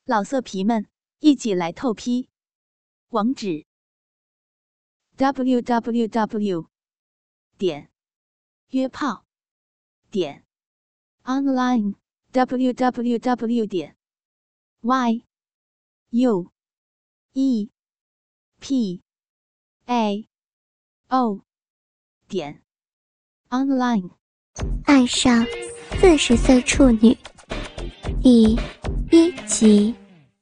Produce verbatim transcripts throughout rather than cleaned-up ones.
老色皮们，一起来透批！网址 ：double u double u double u 点约炮点 online w w w 点 y u e p a o 点 online。 爱上四十岁处女第一集。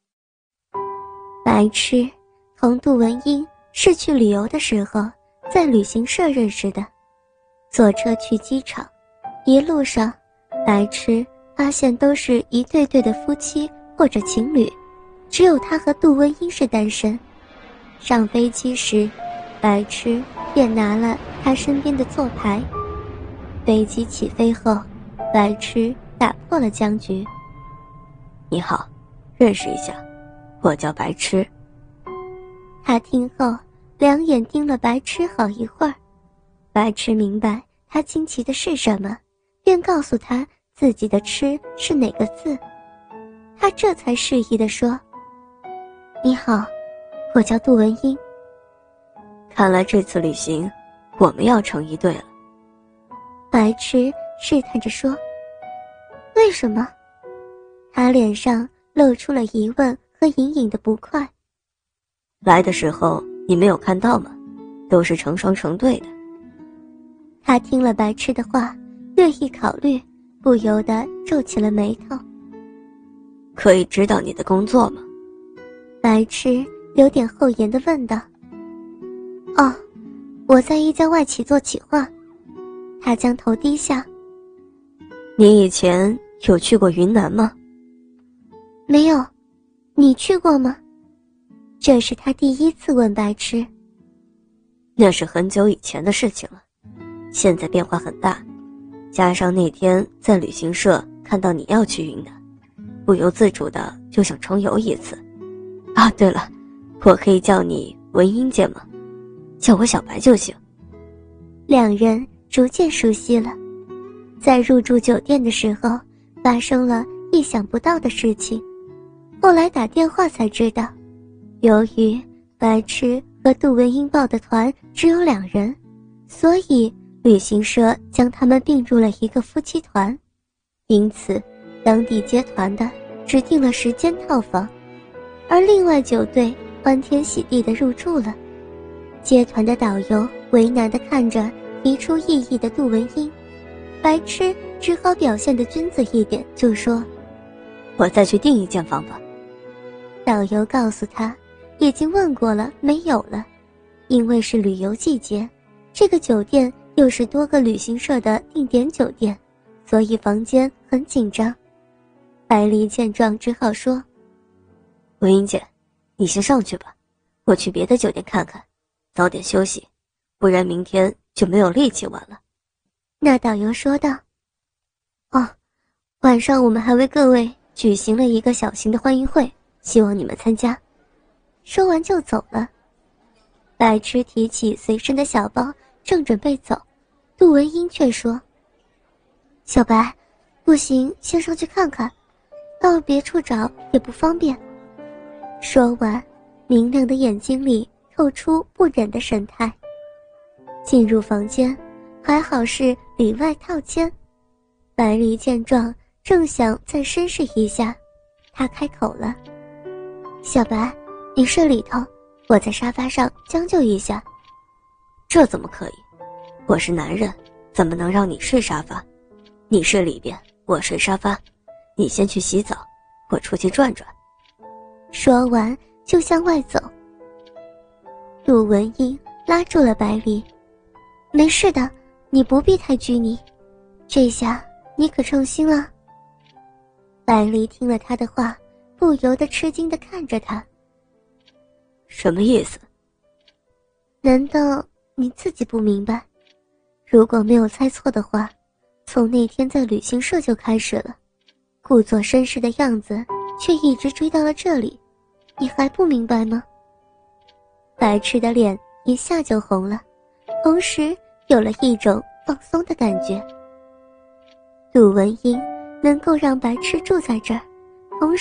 白痴同杜文英是去旅游的时候在旅行社认识的，坐车去机场，一路上白痴发现都是一对对的夫妻或者情侣，只有他和杜文英是单身。上飞机时，白痴便拿了他身边的座牌。飞机起飞后，白痴打破了僵局。 你好，认识一下，我叫白痴。 他听后两眼盯了白痴好一会儿，白痴明白他惊奇的是什么，便告诉他自己的痴是哪个字。他这才示意地说，你好，我叫杜文英。 看来这次旅行我们要成一对了。 白痴试探着说，为什么？他脸上露出了疑问和隐隐的不快。 来的时候你没有看到吗？都是成双成对的。 他听了白痴的话，略一考虑，不由得皱起了眉头。 可以知道你的工作吗？ 白痴有点厚颜地问道。哦，我在一家外企做企划。他将头低下。 你以前有去过云南吗？ 没有，你去过吗？这是他第一次问白痴。 那是很久以前的事情了，现在变化很大，加上那天在旅行社看到你要去云南，不由自主的就想重游一次。啊，对了，我可以叫你文英姐吗？叫我小白就行。 两人逐渐熟悉了，在入住酒店的时候发生了意想不到的事情。后来打电话才知道，由于白痴和杜文英报的团只有两人，所以旅行社将他们并入了一个夫妻团，因此当地接团的指定了十间套房，而另外九对欢天喜地地入住了。接团的导游为难地看着提出异议的杜文英，白痴只好表现得君子一点，就说， 我再去订一间房吧。 导游告诉他已经问过了，没有了，因为是旅游季节，这个酒店又是多个旅行社的定点酒店，所以房间很紧张。白离见状只好说， 文英姐，你先上去吧，我去别的酒店看看，早点休息，不然明天就没有力气玩了。 那导游说道，哦，晚上我们还为各位举行了一个小型的欢迎会，希望你们参加。说完就走了。白痴提起随身的小包正准备走，杜文英却说，小白，不行，先上去看看，到别处找也不方便。说完，明亮的眼睛里透出不忍的神态。进入房间，还好是里外套间。白离见状，正想再绅士一下，他开口了，小白，你睡里头，我在沙发上将就一下。 这怎么可以？我是男人，怎么能让你睡沙发？你睡里边，我睡沙发，你先去洗澡，我出去转转。 说完就向外走。杜文英拉住了白离，没事的，你不必太拘泥，这下你可称心了。白离听了他的话，不由得吃惊地看着他。 什么意思？ 难道你自己不明白？如果没有猜错的话，从那天在旅行社就开始了，故作绅士的样子却一直追到了这里，你还不明白吗？白痴的脸一下就红了，同时有了一种放松的感觉。杜文英能够让白痴住在这儿，同时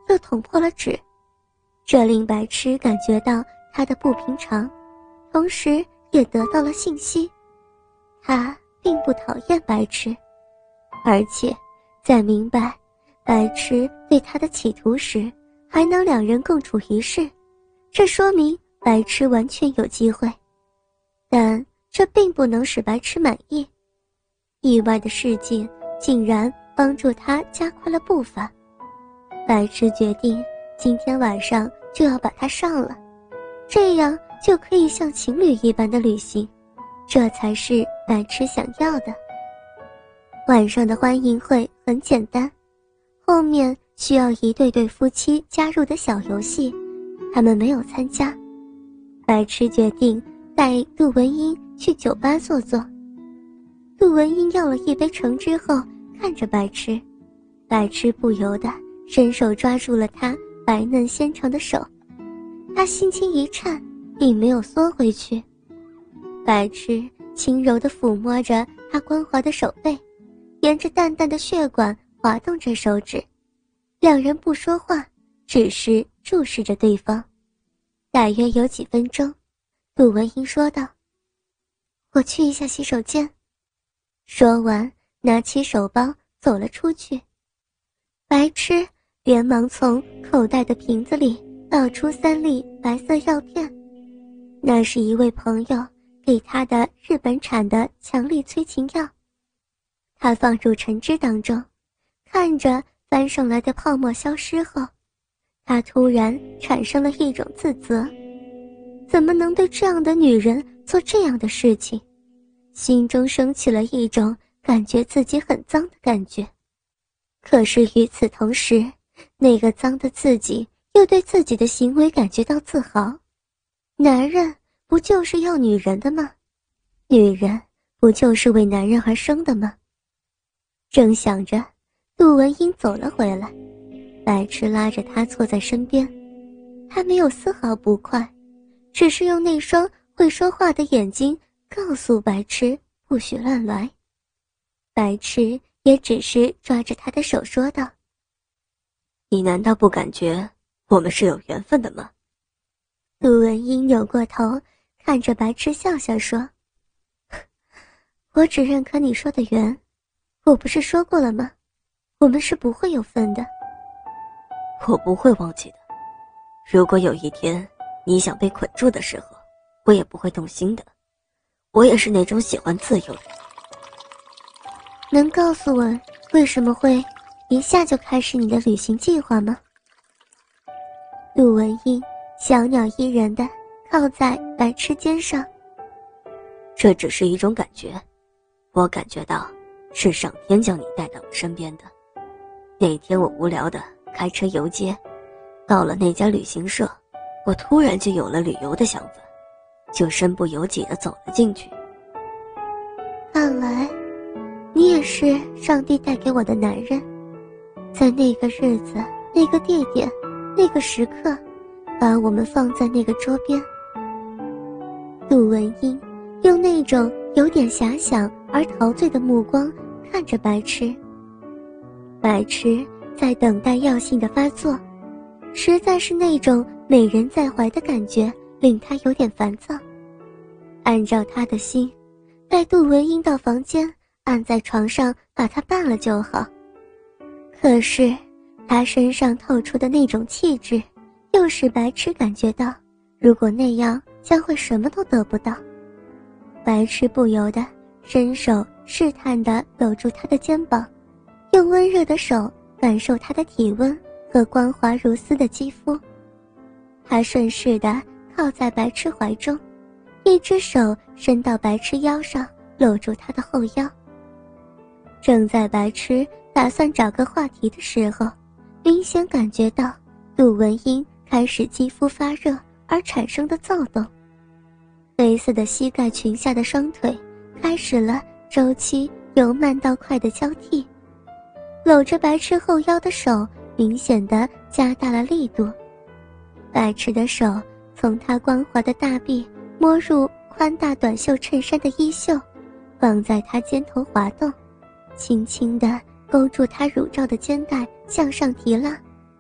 又捅破了纸，这令白痴感觉到他的不平常，同时也得到了信息，他并不讨厌白痴，而且在明白白痴对他的企图时，还能两人共处一室，这说明白痴完全有机会。但这并不能使白痴满意，意外的事情竟然帮助他加快了步伐。白痴决定今天晚上就要把他上了，这样就可以像情侣一般的旅行，这才是白痴想要的。晚上的欢迎会很简单，后面需要一对对夫妻加入的小游戏，他们没有参加。白痴决定带杜文英去酒吧坐坐。杜文英要了一杯橙汁后，看着白痴，白痴不由得伸手抓住了他白嫩纤长的手，他心轻一颤，并没有缩回去。白痴轻柔地抚摸着他光滑的手背，沿着淡淡的血管滑动着手指，两人不说话，只是注视着对方。大约有几分钟，杜文英说道：“我去一下洗手间。”说完，拿起手包走了出去。白痴连忙从口袋的瓶子里倒出三粒白色药片，那是一位朋友给他的日本产的强力催情药。他放入橙汁当中，看着翻上来的泡沫消失后，他突然产生了一种自责，怎么能对这样的女人做这样的事情？心中升起了一种感觉自己很脏的感觉。可是与此同时，那个脏的自己又对自己的行为感觉到自豪。男人不就是要女人的吗？女人不就是为男人而生的吗？正想着，杜文英走了回来，白痴拉着他坐在身边，他没有丝毫不快，只是用那双会说话的眼睛告诉白痴不许乱来。白痴也只是抓着他的手说道：“ 你难道不感觉我们是有缘分的吗？” 杜文英扭过头看着白痴笑笑说：“我只认可你说的缘，我不是说过了吗？我们是不会有分的。” 我不会忘记的。如果有一天你想被捆住的时候，我也不会动心的。我也是那种喜欢自由的人。 能告诉我为什么会一下就开始你的旅行计划吗？陆文英小鸟依人地靠在白痴肩上。 这只是一种感觉，我感觉到是上天将你带到我身边的。那天我无聊地开车游街，到了那家旅行社，我突然就有了旅游的想法，就身不由己地走了进去。 看来你也是上帝带给我的男人，在那个日子、那个地点、那个时刻，把我们放在那个桌边。杜文英用那种有点遐想而陶醉的目光看着白痴。白痴在等待药性的发作，实在是那种美人在怀的感觉令他有点烦躁。按照他的心，带杜文英到房间，按在床上把她办了就好。可是他身上透出的那种气质，又使白痴感觉到，如果那样将会什么都得不到。白痴不由得伸手试探地搂住他的肩膀，用温热的手感受他的体温和光滑如丝的肌肤。他顺势地靠在白痴怀中，一只手伸到白痴腰上，搂住他的后腰。正在白痴打算找个话题的时候，明显感觉到杜文英开始肌肤发热而产生的躁动，黑色的膝盖裙下的双腿开始了周期由慢到快的交替，搂着白痴后腰的手明显地加大了力度。白痴的手从他光滑的大臂摸入宽大短袖衬衫的衣袖，放在他肩头滑动，轻轻地勾住他乳罩的肩带向上提拉。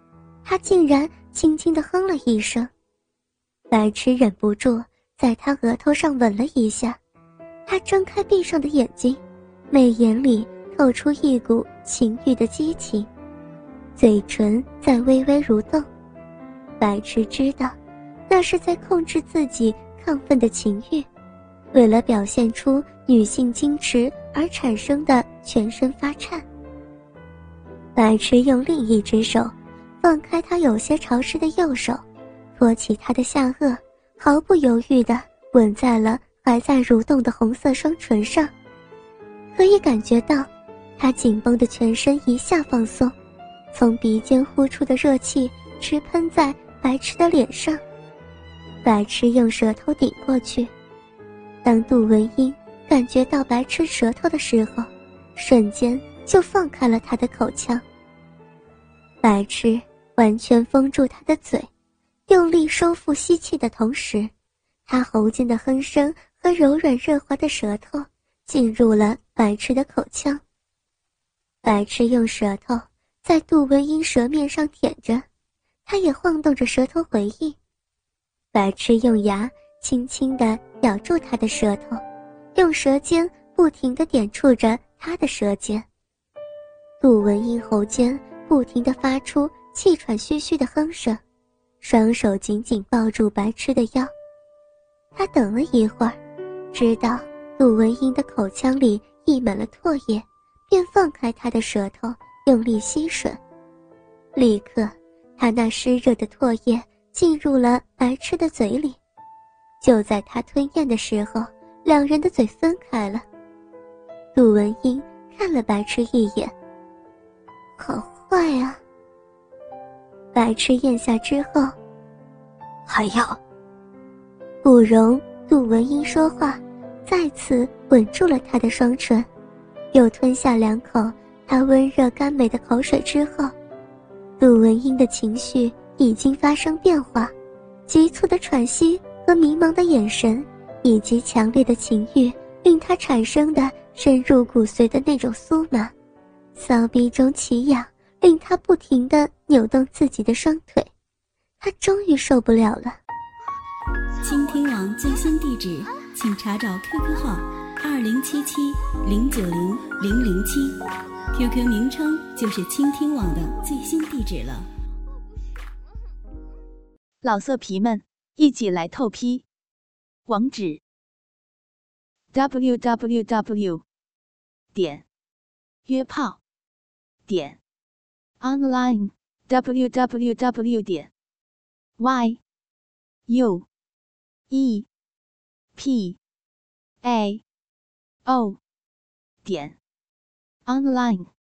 他竟然轻轻地哼了一声。白痴忍不住在他额头上吻了一下，他睁开闭上的眼睛，眉眼里透出一股情欲的激情，嘴唇在微微蠕动。白痴知道那是在控制自己亢奋的情欲，为了表现出女性矜持而产生的全身发颤。白痴用另一只手放开他有些潮湿的右手，托起他的下颚，毫不犹豫地吻在了还在蠕动的红色双唇上。可以感觉到他紧绷的全身一下放松，从鼻尖呼出的热气直喷在白痴的脸上。白痴用舌头顶过去，当杜文英感觉到白痴舌头的时候，瞬间就放开了他的口腔。白痴完全封住他的嘴，用力收腹吸气的同时，他喉间的哼声和柔软热滑的舌头进入了白痴的口腔。白痴用舌头在杜文英舌面上舔着，他也晃动着舌头回应。白痴用牙轻轻地咬住他的舌头，用舌尖不停地点触着他的舌尖。杜文英喉间不停地发出气喘吁吁的哼声，双手紧紧抱住白痴的腰。他等了一会儿，知道杜文英的口腔里溢满了唾液，便放开他的舌头，用力吸吮。立刻他那湿热的唾液进入了白痴的嘴里。就在他吞咽的时候，两人的嘴分开了。杜文英看了白痴一眼，好坏啊。白痴咽下之后， 还要。 不容杜文英说话，再次吻住了他的双唇，又吞下两口他温热甘美的口水之后，杜文英的情绪已经发生变化，急促的喘息和迷茫的眼神，以及强烈的情欲令他产生的深入骨髓的那种酥麻，骚逼中奇痒，令他不停地扭动自己的双腿。他终于受不了了。 倾听网最新地址，请查找 Q Q 号二零七七零九零零零七 ，Q Q 名称就是倾听网的最新地址了。 老色皮们，一起来透批！网址 ：double u double u double u 点约炮点 online w w w 点 y u e p a o 点 online。